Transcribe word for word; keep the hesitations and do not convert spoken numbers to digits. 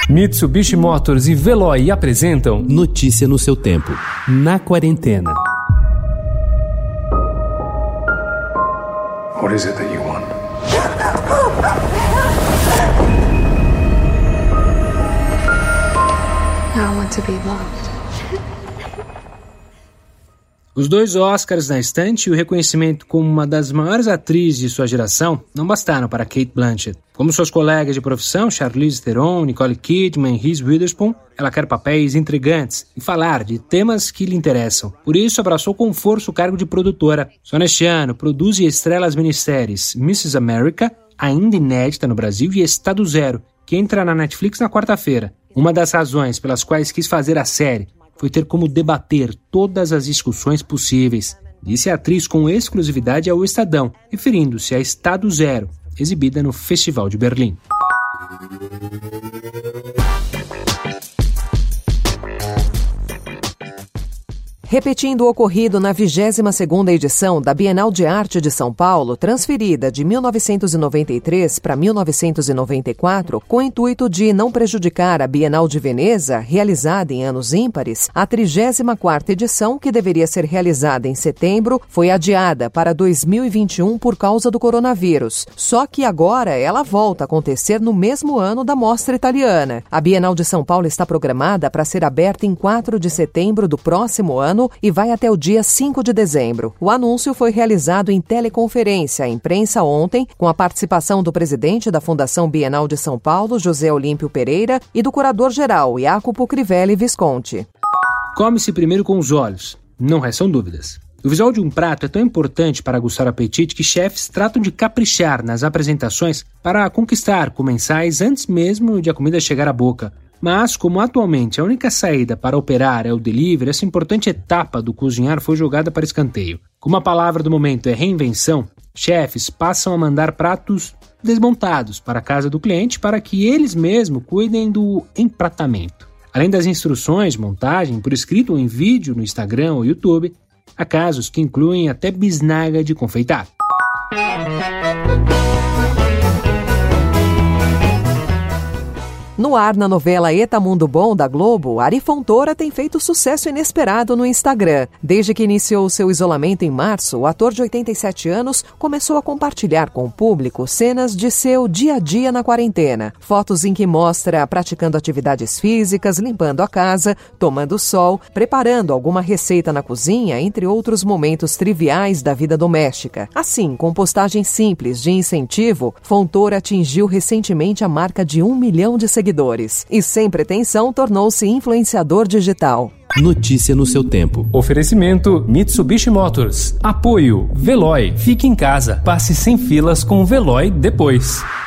Mitsubishi Motors e Veloy apresentam Notícia no seu tempo, na quarentena. What is it that you want? I want to be loved. Os dois Oscars na estante e o reconhecimento como uma das maiores atrizes de sua geração não bastaram para Cate Blanchett. Como suas colegas de profissão, Charlize Theron, Nicole Kidman e Reese Witherspoon, ela quer papéis intrigantes e falar de temas que lhe interessam. Por isso, abraçou com força o cargo de produtora. Só neste ano, produz e estrela as minisséries missus America, ainda inédita no Brasil, e Estado Zero, que entra na Netflix na quarta-feira. Uma das razões pelas quais quis fazer a série foi ter como debater todas as discussões possíveis, disse a atriz com exclusividade ao Estadão, referindo-se a Estado Zero, exibida no Festival de Berlim. Repetindo o ocorrido na vigésima segunda edição da Bienal de Arte de São Paulo, transferida de mil novecentos e noventa e três para mil novecentos e noventa e quatro, com o intuito de não prejudicar a Bienal de Veneza, realizada em anos ímpares, a trigésima quarta edição, que deveria ser realizada em setembro, foi adiada para dois mil e vinte e um por causa do coronavírus. Só que agora ela volta a acontecer no mesmo ano da Mostra Italiana. A Bienal de São Paulo está programada para ser aberta em quatro de setembro do próximo ano e vai até o dia cinco de dezembro. O anúncio foi realizado em teleconferência à imprensa ontem, com a participação do presidente da Fundação Bienal de São Paulo, José Olímpio Pereira, e do curador-geral, Jacopo Crivelli Visconti. Come-se primeiro com os olhos, não restam dúvidas. O visual de um prato é tão importante para aguçar o apetite que chefes tratam de caprichar nas apresentações para conquistar comensais antes mesmo de a comida chegar à boca. Mas, como atualmente a única saída para operar é o delivery, essa importante etapa do cozinhar foi jogada para escanteio. Como a palavra do momento é reinvenção, chefes passam a mandar pratos desmontados para a casa do cliente para que eles mesmos cuidem do empratamento. Além das instruções de montagem por escrito ou em vídeo no Instagram ou YouTube, há casos que incluem até bisnaga de confeitar. No ar, na novela Eta Mundo Bom, da Globo, Ari Fontoura tem feito sucesso inesperado no Instagram. Desde que iniciou seu isolamento em março, o ator de oitenta e sete anos começou a compartilhar com o público cenas de seu dia a dia na quarentena. Fotos em que mostra praticando atividades físicas, limpando a casa, tomando sol, preparando alguma receita na cozinha, entre outros momentos triviais da vida doméstica. Assim, com postagens simples de incentivo, Fontoura atingiu recentemente a marca de um milhão de seguidores. E sem pretensão tornou-se influenciador digital. Notícia no seu tempo. Oferecimento Mitsubishi Motors. Apoio Veloy. Fique em casa. Passe sem filas com o Veloy depois.